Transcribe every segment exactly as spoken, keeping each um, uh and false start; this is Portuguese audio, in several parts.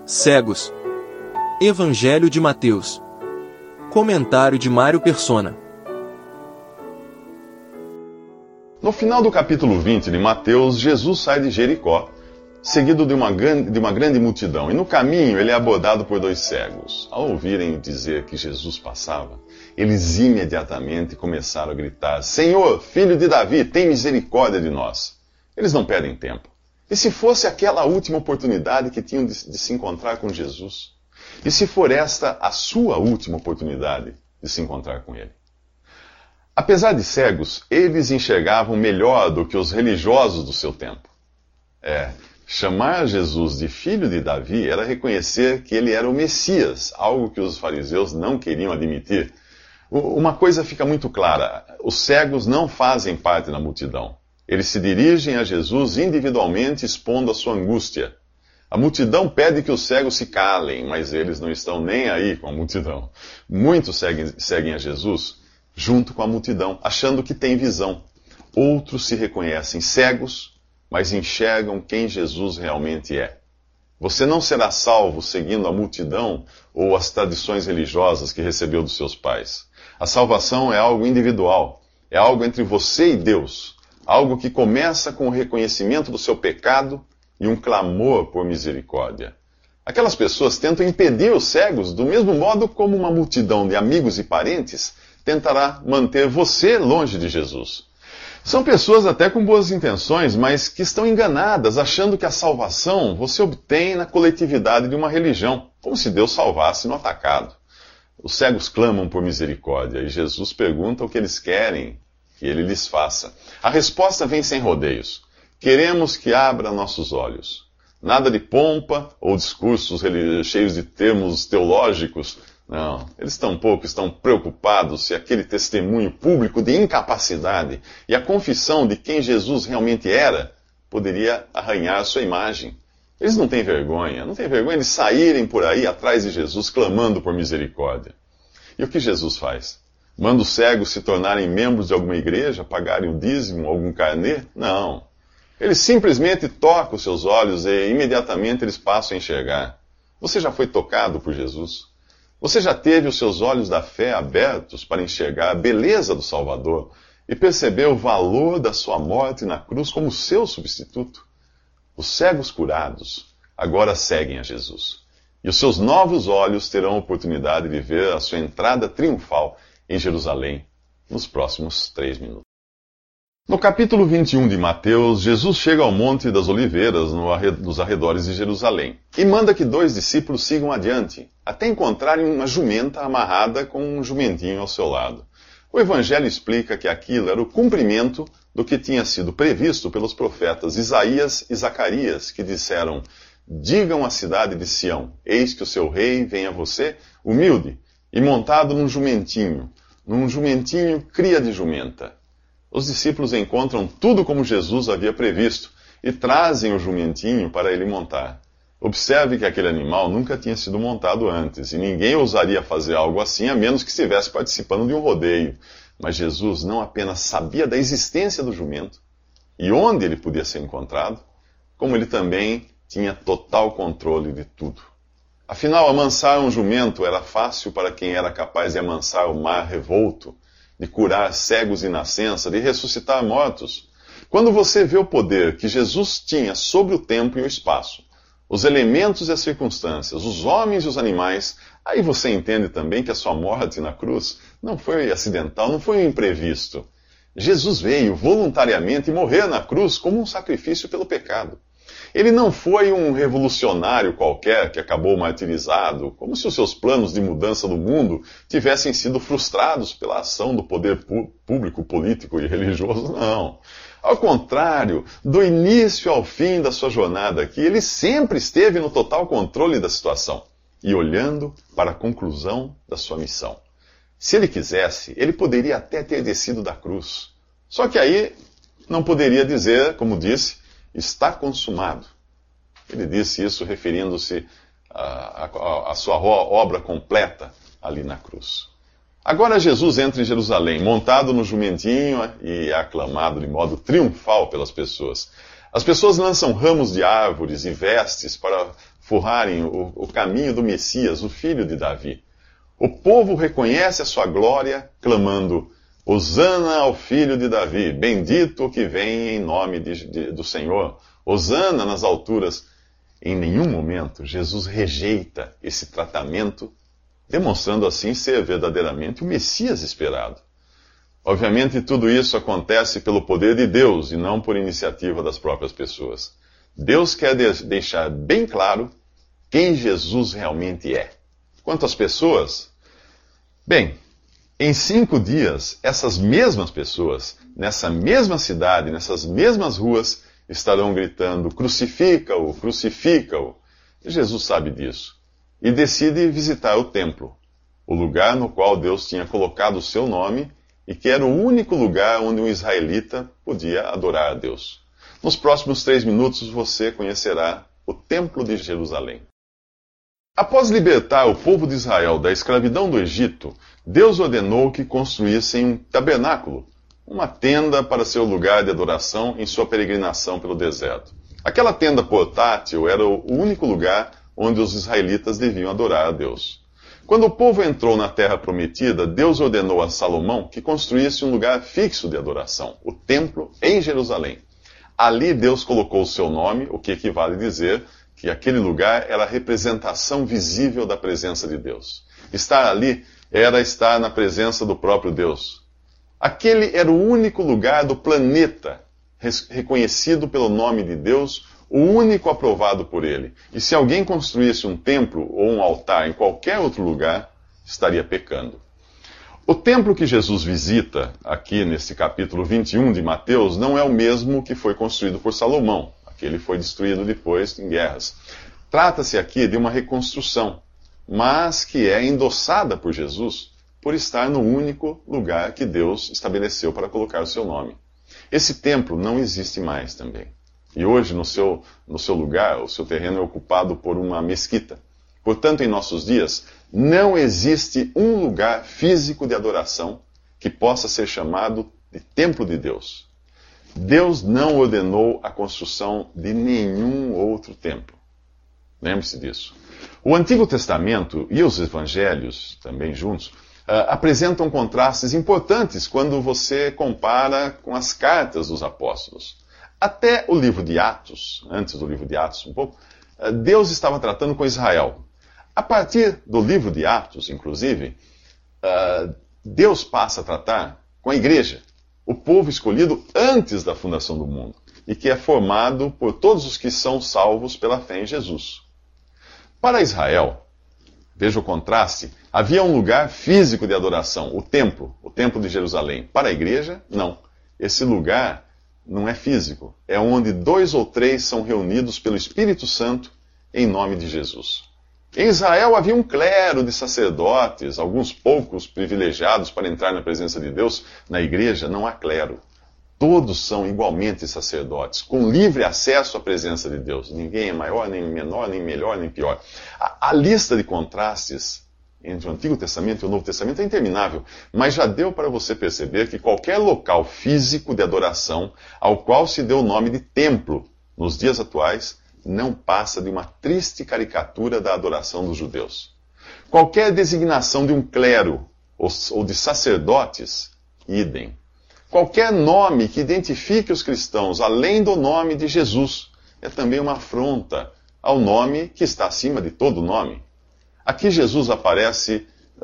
Cegos. Evangelho de Mateus. Comentário de Mário Persona. No final do capítulo vinte de Mateus, Jesus sai de Jericó, seguido de uma, grande, de uma grande multidão. E no caminho ele é abordado por dois cegos. Ao ouvirem dizer que Jesus passava, eles imediatamente começaram a gritar: Senhor, filho de Davi, tem misericórdia de nós. Eles não perdem tempo. E se fosse aquela última oportunidade que tinham de, de se encontrar com Jesus? E se for esta a sua última oportunidade de se encontrar com Ele? Apesar de cegos, eles enxergavam melhor do que os religiosos do seu tempo. É, chamar Jesus de filho de Davi era reconhecer que ele era o Messias, algo que os fariseus não queriam admitir. Uma coisa fica muito clara: os cegos não fazem parte da multidão. Eles se dirigem a Jesus individualmente, expondo a sua angústia. A multidão pede que os cegos se calem, mas eles não estão nem aí com a multidão. Muitos seguem, seguem a Jesus junto com a multidão, achando que têm visão. Outros se reconhecem cegos, mas enxergam quem Jesus realmente é. Você não será salvo seguindo a multidão ou as tradições religiosas que recebeu dos seus pais. A salvação é algo individual, é algo entre você e Deus. Algo que começa com o reconhecimento do seu pecado e um clamor por misericórdia. Aquelas pessoas tentam impedir os cegos do mesmo modo como uma multidão de amigos e parentes tentará manter você longe de Jesus. São pessoas até com boas intenções, mas que estão enganadas, achando que a salvação você obtém na coletividade de uma religião, como se Deus salvasse no atacado. Os cegos clamam por misericórdia e Jesus pergunta o que eles querem que ele lhes faça. A resposta vem sem rodeios. Queremos que abra nossos olhos. Nada de pompa ou discursos cheios de termos teológicos. Não, eles tampouco estão preocupados se aquele testemunho público de incapacidade e a confissão de quem Jesus realmente era poderia arranhar sua imagem. Eles não têm vergonha, não têm vergonha de saírem por aí atrás de Jesus clamando por misericórdia. E o que Jesus faz? Manda os cegos se tornarem membros de alguma igreja, pagarem o dízimo, algum carnê? Não. Ele simplesmente toca os seus olhos e imediatamente eles passam a enxergar. Você já foi tocado por Jesus? Você já teve os seus olhos da fé abertos para enxergar a beleza do Salvador e perceber o valor da sua morte na cruz como seu substituto? Os cegos curados agora seguem a Jesus. E os seus novos olhos terão a oportunidade de ver a sua entrada triunfal em Jerusalém, nos próximos três minutos. No capítulo vinte e um de Mateus, Jesus chega ao Monte das Oliveiras, no arred- nos arredores de Jerusalém, e manda que dois discípulos sigam adiante, até encontrarem uma jumenta amarrada com um jumentinho ao seu lado. O Evangelho explica que aquilo era o cumprimento do que tinha sido previsto pelos profetas Isaías e Zacarias, que disseram: Digam à cidade de Sião, eis que o seu rei vem a você, humilde, e montado num jumentinho, num jumentinho cria de jumenta. Os discípulos encontram tudo como Jesus havia previsto e trazem o jumentinho para ele montar. Observe que aquele animal nunca tinha sido montado antes, e ninguém ousaria fazer algo assim a menos que estivesse participando de um rodeio. Mas Jesus não apenas sabia da existência do jumento e onde ele podia ser encontrado, como ele também tinha total controle de tudo. Afinal, amansar um jumento era fácil para quem era capaz de amansar o mar revolto, de curar cegos de nascença, de ressuscitar mortos. Quando você vê o poder que Jesus tinha sobre o tempo e o espaço, os elementos e as circunstâncias, os homens e os animais, aí você entende também que a sua morte na cruz não foi acidental, não foi um imprevisto. Jesus veio voluntariamente morrer na cruz como um sacrifício pelo pecado. Ele não foi um revolucionário qualquer que acabou martirizado, como se os seus planos de mudança do mundo tivessem sido frustrados pela ação do poder público, político e religioso. Não. Ao contrário, do início ao fim da sua jornada aqui, ele sempre esteve no total controle da situação e olhando para a conclusão da sua missão. Se ele quisesse, ele poderia até ter descido da cruz. Só que aí não poderia dizer, como disse, está consumado. Ele disse isso referindo-se à sua obra completa ali na cruz. Agora Jesus entra em Jerusalém, montado no jumentinho e é aclamado de modo triunfal pelas pessoas. As pessoas lançam ramos de árvores e vestes para forrarem o, o caminho do Messias, o filho de Davi. O povo reconhece a sua glória, clamando: Hosana ao filho de Davi, bendito o que vem em nome de, de, do Senhor. Hosana nas alturas. Em nenhum momento Jesus rejeita esse tratamento, demonstrando assim ser verdadeiramente o Messias esperado. Obviamente, tudo isso acontece pelo poder de Deus e não por iniciativa das próprias pessoas. Deus quer de- deixar bem claro quem Jesus realmente é. Quanto às pessoas, bem, em cinco dias, essas mesmas pessoas, nessa mesma cidade, nessas mesmas ruas, estarão gritando: crucifica-o, crucifica-o. E Jesus sabe disso e decide visitar o templo, o lugar no qual Deus tinha colocado o seu nome e que era o único lugar onde um israelita podia adorar a Deus. Nos próximos três minutos você conhecerá o Templo de Jerusalém. Após libertar o povo de Israel da escravidão do Egito, Deus ordenou que construíssem um tabernáculo, uma tenda para ser o lugar de adoração em sua peregrinação pelo deserto. Aquela tenda portátil era o único lugar onde os israelitas deviam adorar a Deus. Quando o povo entrou na terra prometida, Deus ordenou a Salomão que construísse um lugar fixo de adoração, o templo em Jerusalém. Ali Deus colocou o seu nome, o que equivale a dizer que aquele lugar era a representação visível da presença de Deus. Estar ali era estar na presença do próprio Deus. Aquele era o único lugar do planeta reconhecido pelo nome de Deus, o único aprovado por ele. E se alguém construísse um templo ou um altar em qualquer outro lugar, estaria pecando. O templo que Jesus visita aqui nesse capítulo vinte e um de Mateus não é o mesmo que foi construído por Salomão. Aquele foi destruído depois em guerras. Trata-se aqui de uma reconstrução, mas que é endossada por Jesus por estar no único lugar que Deus estabeleceu para colocar o seu nome. Esse templo não existe mais também. E hoje, no seu, no seu lugar, o seu terreno é ocupado por uma mesquita. Portanto, em nossos dias, não existe um lugar físico de adoração que possa ser chamado de templo de Deus. Deus não ordenou a construção de nenhum outro templo. Lembre-se disso. O Antigo Testamento e os Evangelhos, também juntos, uh, apresentam contrastes importantes quando você compara com as cartas dos apóstolos. Até o livro de Atos, antes do livro de Atos um pouco, uh, Deus estava tratando com Israel. A partir do livro de Atos, inclusive, uh, Deus passa a tratar com a igreja, o povo escolhido antes da fundação do mundo, e que é formado por todos os que são salvos pela fé em Jesus. Para Israel, veja o contraste, havia um lugar físico de adoração, o templo, o templo de Jerusalém. Para a igreja, não. Esse lugar não é físico, é onde dois ou três são reunidos pelo Espírito Santo em nome de Jesus. Em Israel havia um clero de sacerdotes, alguns poucos privilegiados para entrar na presença de Deus. Na igreja não há clero. Todos são igualmente sacerdotes, com livre acesso à presença de Deus. Ninguém é maior, nem menor, nem melhor, nem pior. A, a lista de contrastes entre o Antigo Testamento e o Novo Testamento é interminável, mas já deu para você perceber que qualquer local físico de adoração ao qual se deu o nome de templo nos dias atuais não passa de uma triste caricatura da adoração dos judeus. Qualquer designação de um clero ou de sacerdotes, idem. Qualquer nome que identifique os cristãos além do nome de Jesus é também uma afronta ao nome que está acima de todo nome. Aqui Jesus aparece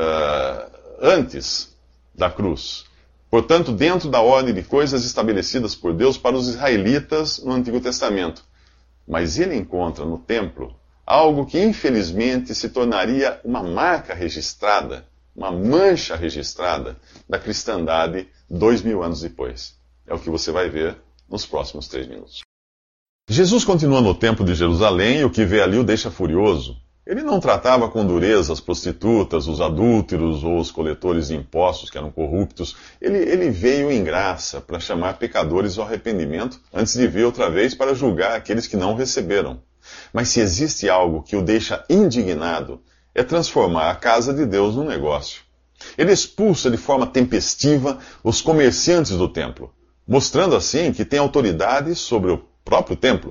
uh, antes da cruz. Portanto, dentro da ordem de coisas estabelecidas por Deus para os israelitas no Antigo Testamento. Mas ele encontra no templo algo que infelizmente se tornaria uma marca registrada, uma mancha registrada da cristandade dois mil anos depois. É o que você vai ver nos próximos três minutos. Jesus continua no templo de Jerusalém e o que vê ali o deixa furioso. Ele não tratava com dureza as prostitutas, os adúlteros ou os coletores de impostos que eram corruptos. Ele, ele veio em graça para chamar pecadores ao arrependimento antes de vir outra vez para julgar aqueles que não o receberam. Mas se existe algo que o deixa indignado, é transformar a casa de Deus num negócio. Ele expulsa de forma tempestiva os comerciantes do templo, mostrando assim que tem autoridade sobre o próprio templo.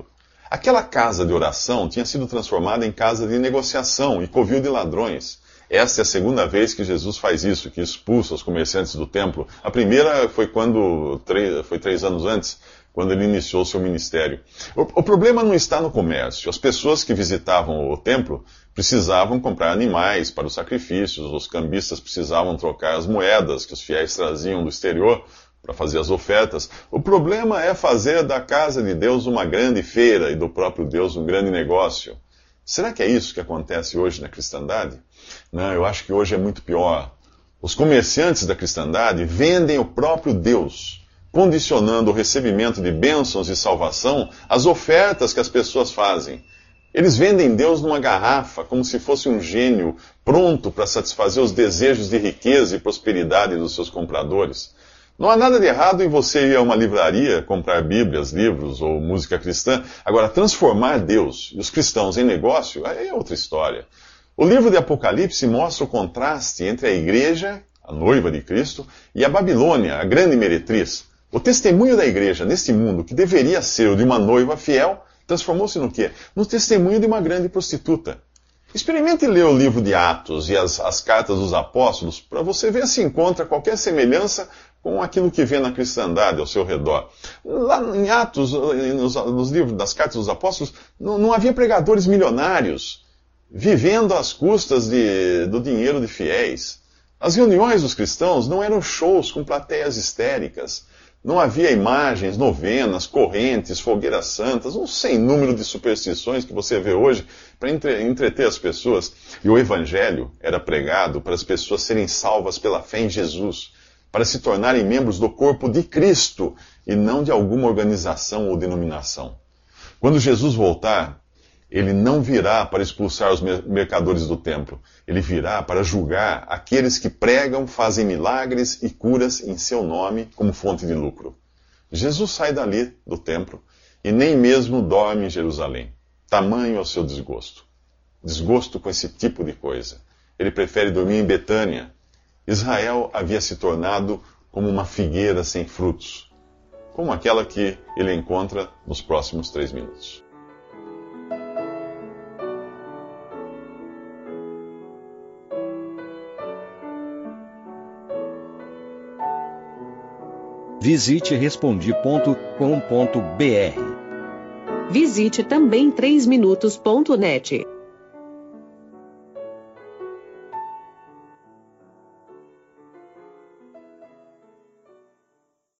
Aquela casa de oração tinha sido transformada em casa de negociação e covil de ladrões. Esta é a segunda vez que Jesus faz isso, que expulsa os comerciantes do templo. A primeira foi quando foi três anos antes, quando ele iniciou seu ministério. O, o problema não está no comércio. As pessoas que visitavam o templo precisavam comprar animais para os sacrifícios, os cambistas precisavam trocar as moedas que os fiéis traziam do exterior para fazer as ofertas. O problema é fazer da casa de Deus uma grande feira e do próprio Deus um grande negócio. Será que é isso que acontece hoje na cristandade? Não, eu acho que hoje é muito pior. Os comerciantes da cristandade vendem o próprio Deus, condicionando o recebimento de bênçãos e salvação às ofertas que as pessoas fazem. Eles vendem Deus numa garrafa, como se fosse um gênio pronto para satisfazer os desejos de riqueza e prosperidade dos seus compradores. Não há nada de errado em você ir a uma livraria comprar bíblias, livros ou música cristã. Agora, transformar Deus e os cristãos em negócio aí é outra história. O livro de Apocalipse mostra o contraste entre a igreja, a noiva de Cristo, e a Babilônia, a grande meretriz. O testemunho da igreja neste mundo, que deveria ser o de uma noiva fiel, transformou-se no quê? No testemunho de uma grande prostituta. Experimente ler o livro de Atos e as, as cartas dos apóstolos para você ver se encontra qualquer semelhança com aquilo que vê na cristandade ao seu redor. Lá em Atos, nos, nos livros das cartas dos apóstolos, não, não havia pregadores milionários vivendo às custas de, do dinheiro de fiéis. As reuniões dos cristãos não eram shows com plateias histéricas. Não havia imagens, novenas, correntes, fogueiras santas, um sem número de superstições que você vê hoje para entre, entreter as pessoas. E o evangelho era pregado para as pessoas serem salvas pela fé em Jesus, para se tornarem membros do corpo de Cristo e não de alguma organização ou denominação. Quando Jesus voltar, ele não virá para expulsar os mercadores do templo. Ele virá para julgar aqueles que pregam, fazem milagres e curas em seu nome como fonte de lucro. Jesus sai dali do templo e nem mesmo dorme em Jerusalém. Tamanho é o seu desgosto. Desgosto com esse tipo de coisa. Ele prefere dormir em Betânia. Israel havia se tornado como uma figueira sem frutos, como aquela que ele encontra nos próximos três minutos. Visite respondi ponto com ponto br. Visite também três minutos ponto net.